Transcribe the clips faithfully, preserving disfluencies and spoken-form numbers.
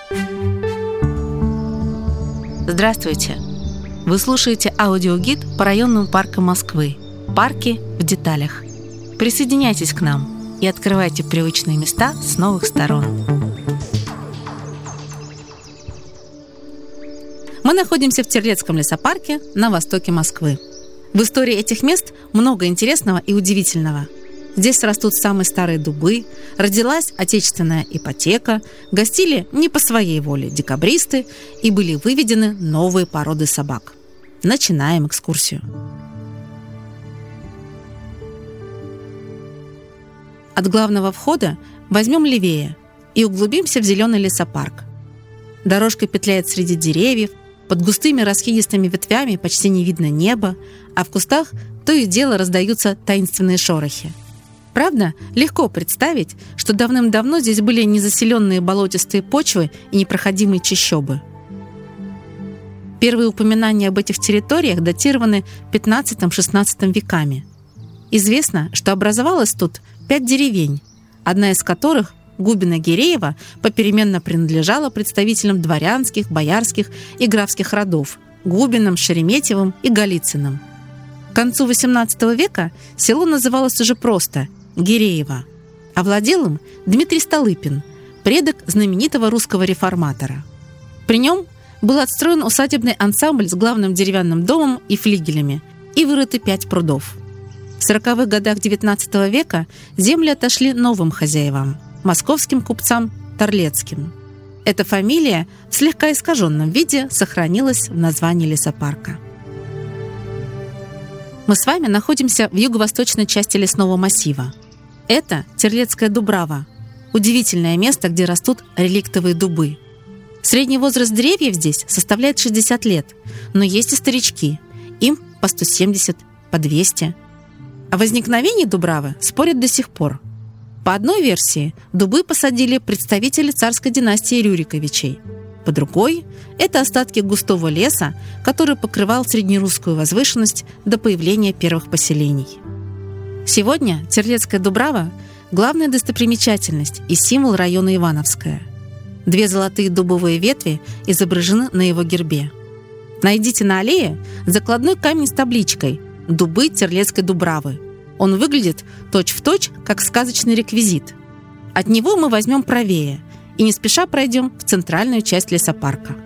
Здравствуйте! Вы слушаете аудиогид по районным паркам Москвы. Парки в деталях. Присоединяйтесь к нам и открывайте привычные места с новых сторон. Мы находимся в Терлецком лесопарке на востоке Москвы. В истории этих мест много интересного и удивительного. Здесь растут самые старые дубы, родилась отечественная ипотека, гостили не по своей воле декабристы и были выведены новые породы собак. Начинаем экскурсию. От главного входа возьмем левее и углубимся в зеленый лесопарк. Дорожка петляет среди деревьев, под густыми раскидистыми ветвями почти не видно неба, а в кустах то и дело раздаются таинственные шорохи. Правда, легко представить, что давным-давно здесь были незаселенные болотистые почвы и непроходимые чащобы. Первые упоминания об этих территориях датированы пятнадцатым-шестнадцатым веками. Известно, что образовалось тут пять деревень, одна из которых, Губино-Гиреево, попеременно принадлежала представителям дворянских, боярских и графских родов – Губиным, Шереметьевым и Голицыным. К концу восемнадцатого века село называлось уже просто Гиреево, а владел им Дмитрий Столыпин, предок знаменитого русского реформатора. При нем был отстроен усадебный ансамбль с главным деревянным домом и флигелями и вырыты пять прудов. В сороковых годах девятнадцатого века земли отошли новым хозяевам – московским купцам Торлецким. Эта фамилия в слегка искаженном виде сохранилась в названии лесопарка. Мы с вами находимся в юго-восточной части лесного массива. Это Терлецкая Дубрава, удивительное место, где растут реликтовые дубы. Средний возраст деревьев здесь составляет шестьдесят лет, но есть и старички, им по сто семьдесят, по двести. О возникновении Дубравы спорят до сих пор. По одной версии, дубы посадили представители царской династии Рюриковичей. По другой – это остатки густого леса, который покрывал среднерусскую возвышенность до появления первых поселений. Сегодня Терлецкая Дубрава – главная достопримечательность и символ района Ивановское. Две золотые дубовые ветви изображены на его гербе. Найдите на аллее закладной камень с табличкой «Дубы Терлецкой Дубравы». Он выглядит точь-в-точь, как сказочный реквизит. От него мы возьмем правее и не спеша пройдем в центральную часть лесопарка.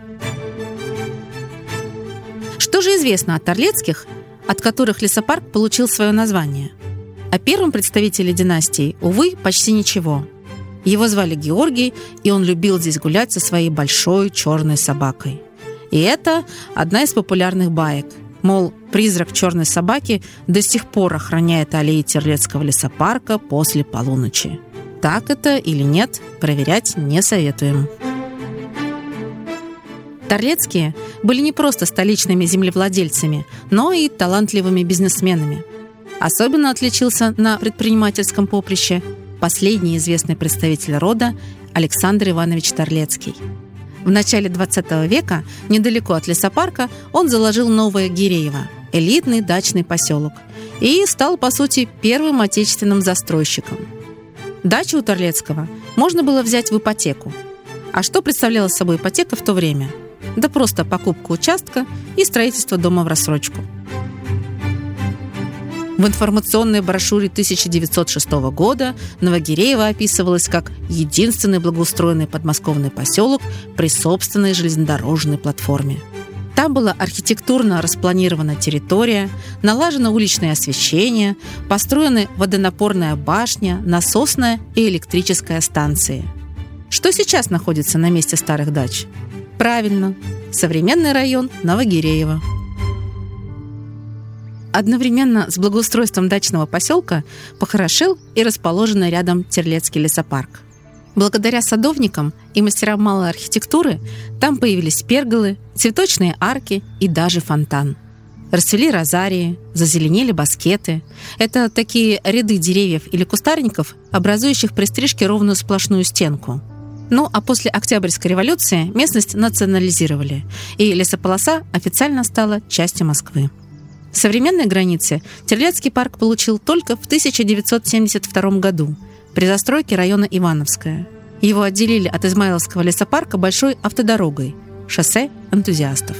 Что же известно о Торлецких, от которых лесопарк получил свое название? О первом представителе династии, увы, почти ничего. Его звали Георгий, и он любил здесь гулять со своей большой черной собакой. И это одна из популярных баек. Мол, призрак черной собаки до сих пор охраняет аллеи Терлецкого лесопарка после полуночи. Так это или нет, проверять не советуем. Торлецкие были не просто столичными землевладельцами, но и талантливыми бизнесменами. Особенно отличился на предпринимательском поприще последний известный представитель рода Александр Иванович Торлецкий. В начале двадцатого века, недалеко от лесопарка, он заложил Новое Гиреево, элитный дачный поселок, и стал, по сути, первым отечественным застройщиком. Дачу у Торлецкого можно было взять в ипотеку. А что представляла собой ипотека в то время? Да просто покупка участка и строительство дома в рассрочку. В информационной брошюре тысяча девятьсот шестого года Новогиреево описывалось как единственный благоустроенный подмосковный поселок при собственной железнодорожной платформе. Там была архитектурно распланирована территория, налажено уличное освещение, построены водонапорная башня, насосная и электрическая станции. Что сейчас находится на месте старых дач? Правильно, современный район Новогиреево. Одновременно с благоустройством дачного поселка похорошел и расположенный рядом Терлецкий лесопарк. Благодаря садовникам и мастерам малой архитектуры там появились перголы, цветочные арки и даже фонтан. Расцвели розарии, зазеленели баскеты. Это такие ряды деревьев или кустарников, образующих при стрижке ровную сплошную стенку. Ну а после Октябрьской революции местность национализировали, и лесополоса официально стала частью Москвы. Современные границы Терлецкий парк получил только в тысяча девятьсот семьдесят втором году при застройке района Ивановское. Его отделили от Измайловского лесопарка большой автодорогой – шоссе энтузиастов.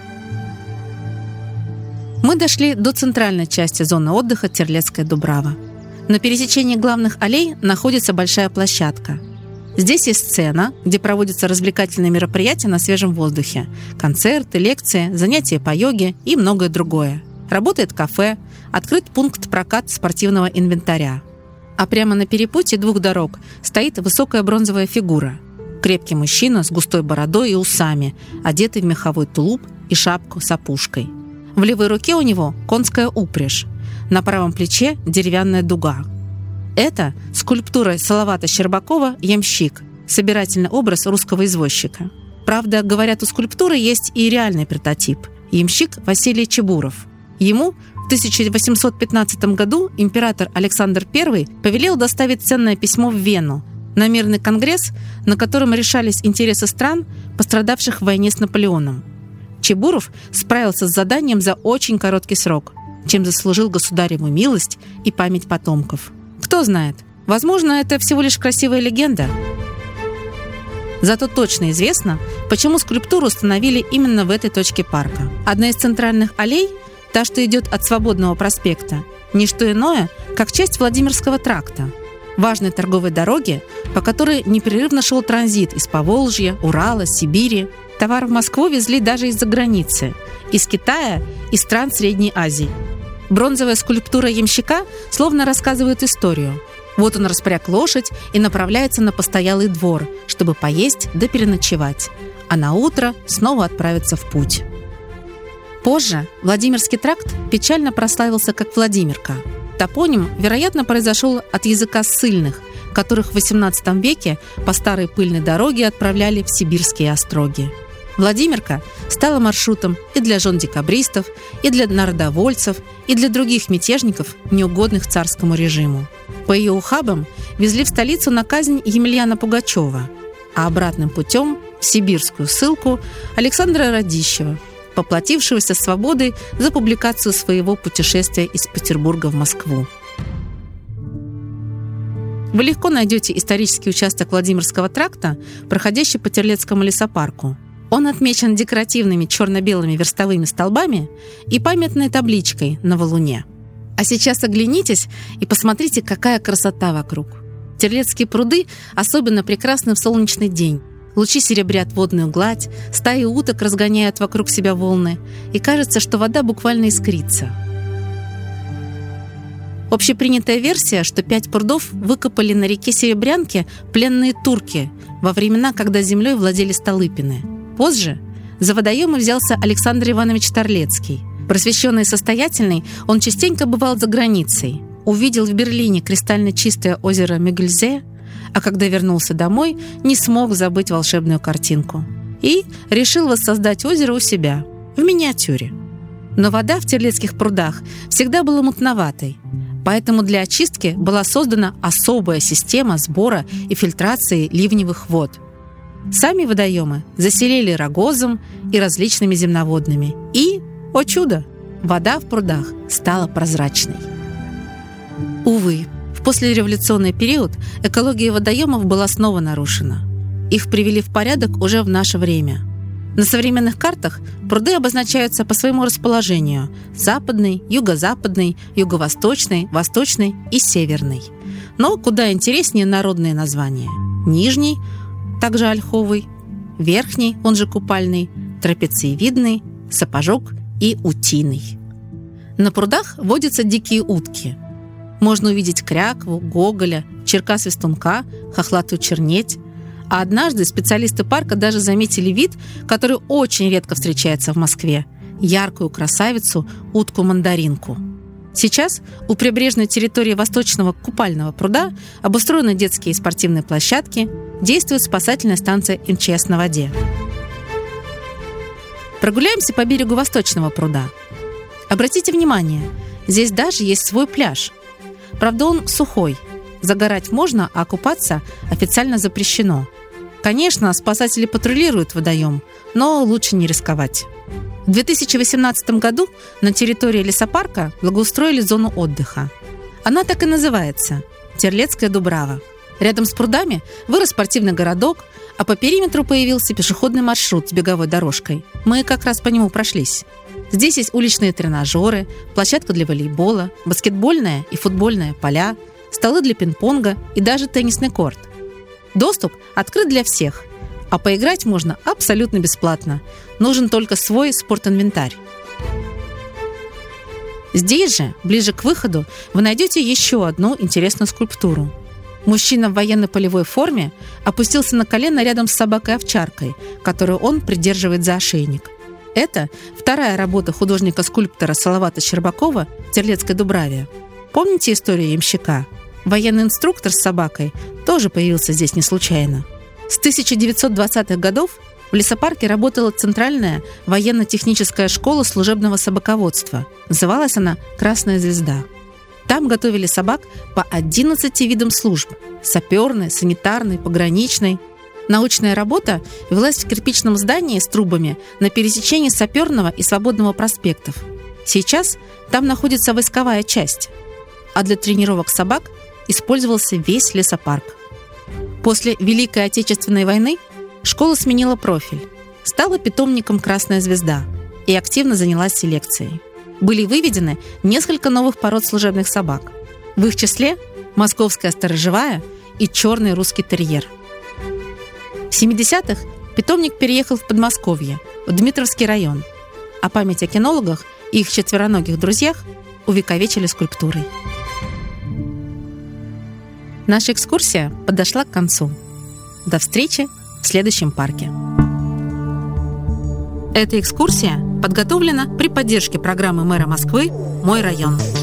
Мы дошли до центральной части зоны отдыха Терлецкая Дубрава. На пересечении главных аллей находится большая площадка. Здесь есть сцена, где проводятся развлекательные мероприятия на свежем воздухе – концерты, лекции, занятия по йоге и многое другое. Работает кафе, открыт пункт проката спортивного инвентаря. А прямо на перепутье двух дорог стоит высокая бронзовая фигура. Крепкий мужчина с густой бородой и усами, одетый в меховой тулуп и шапку с опушкой. В левой руке у него конская упряжь, на правом плече деревянная дуга. Это скульптура Салавата Щербакова «Ямщик», собирательный образ русского извозчика. Правда, говорят, у скульптуры есть и реальный прототип – ямщик Василий Чебуров. Ему в тысяча восемьсот пятнадцатом году император Александр Первый повелел доставить ценное письмо в Вену на мирный конгресс, на котором решались интересы стран, пострадавших в войне с Наполеоном. Чебуров справился с заданием за очень короткий срок, чем заслужил государеву милость и память потомков. Кто знает, возможно, это всего лишь красивая легенда. Зато точно известно, почему скульптуру установили именно в этой точке парка. Одна из центральных аллей, та, что идет от Свободного проспекта, не что иное, как часть Владимирского тракта, важной торговой дороги, по которой непрерывно шел транзит из Поволжья, Урала, Сибири. Товар в Москву везли даже из-за границы, из Китая и стран Средней Азии. Бронзовая скульптура ямщика словно рассказывает историю. Вот он распряг лошадь и направляется на постоялый двор, чтобы поесть да переночевать, а на утро снова отправиться в путь. Позже Владимирский тракт печально прославился как Владимирка. Топоним, вероятно, произошел от языка ссыльных, которых в восемнадцатом веке по старой пыльной дороге отправляли в сибирские остроги. Владимирка стала маршрутом и для жен декабристов, и для народовольцев, и для других мятежников, неугодных царскому режиму. По ее ухабам везли в столицу на казнь Емельяна Пугачева, а обратным путем в сибирскую ссылку Александра Радищева, поплатившегося свободой за публикацию своего путешествия из Петербурга в Москву. Вы легко найдете исторический участок Владимирского тракта, проходящий по Терлецкому лесопарку. Он отмечен декоративными черно-белыми верстовыми столбами и памятной табличкой на валуне. А сейчас оглянитесь и посмотрите, какая красота вокруг. Терлецкие пруды особенно прекрасны в солнечный день. Лучи серебрят водную гладь, стаи уток разгоняют вокруг себя волны, и кажется, что вода буквально искрится. Общепринятая версия, что пять прудов выкопали на реке Серебрянке пленные турки во времена, когда землей владели Столыпины. Позже за водоемы взялся Александр Иванович Торлецкий. Просвещенный и состоятельный, он частенько бывал за границей. Увидел в Берлине кристально чистое озеро Мюгельзе, а когда вернулся домой, не смог забыть волшебную картинку. И решил воссоздать озеро у себя, в миниатюре. Но вода в Терлецких прудах всегда была мутноватой, поэтому для очистки была создана особая система сбора и фильтрации ливневых вод. Сами водоемы заселили рогозом и различными земноводными. И, о чудо, вода в прудах стала прозрачной. Увы, в послереволюционный период экология водоемов была снова нарушена. Их привели в порядок уже в наше время. На современных картах пруды обозначаются по своему расположению – западный, юго-западный, юго-восточный, восточный и северный. Но куда интереснее народные названия – Нижний, также Ольховый, Верхний, он же Купальный, Трапециевидный, Сапожок и Утиный. На прудах водятся дикие утки. Можно увидеть крякву, гоголя, черка-свистунка, хохлатую чернеть. А однажды специалисты парка даже заметили вид, который очень редко встречается в Москве – яркую красавицу утку-мандаринку. Сейчас у прибрежной территории Восточного купального пруда обустроены детские и спортивные площадки, действует спасательная станция эм че эс на воде. Прогуляемся по берегу Восточного пруда. Обратите внимание, здесь даже есть свой пляж. Правда, он сухой. Загорать можно, а купаться официально запрещено. Конечно, спасатели патрулируют водоем, но лучше не рисковать. В две тысячи восемнадцатом году на территории лесопарка благоустроили зону отдыха. Она так и называется – Терлецкая Дубрава. Рядом с прудами вырос спортивный городок, а по периметру появился пешеходный маршрут с беговой дорожкой. Мы как раз по нему прошлись. Здесь есть уличные тренажеры, площадка для волейбола, баскетбольная и футбольная поля, столы для пинг-понга и даже теннисный корт. Доступ открыт для всех, а поиграть можно абсолютно бесплатно. Нужен только свой спортинвентарь. Здесь же, ближе к выходу, вы найдете еще одну интересную скульптуру. Мужчина в военно-полевой форме опустился на колено рядом с собакой-овчаркой, которую он придерживает за ошейник. Это вторая работа художника-скульптора Салавата Щербакова в Терлецкой Дубраве. Помните историю ямщика? Военный инструктор с собакой тоже появился здесь не случайно. С тысяча девятьсот двадцатых годов в лесопарке работала Центральная военно-техническая школа служебного собаководства. Называлась она «Красная звезда». Там готовили собак по одиннадцати видам служб – саперной, санитарной, пограничной. Научная работа велась в кирпичном здании с трубами на пересечении Саперного и Свободного проспектов. Сейчас там находится войсковая часть, а для тренировок собак использовался весь лесопарк. После Великой Отечественной войны школа сменила профиль, стала питомником «Красная звезда» и активно занялась селекцией. Были выведены несколько новых пород служебных собак. В их числе московская сторожевая и черный русский терьер. В семидесятых питомник переехал в Подмосковье, в Дмитровский район, а память о кинологах и их четвероногих друзьях увековечили скульптурой. Наша экскурсия подошла к концу. До встречи в следующем парке. Эта экскурсия подготовлена при поддержке программы мэра Москвы «Мой район».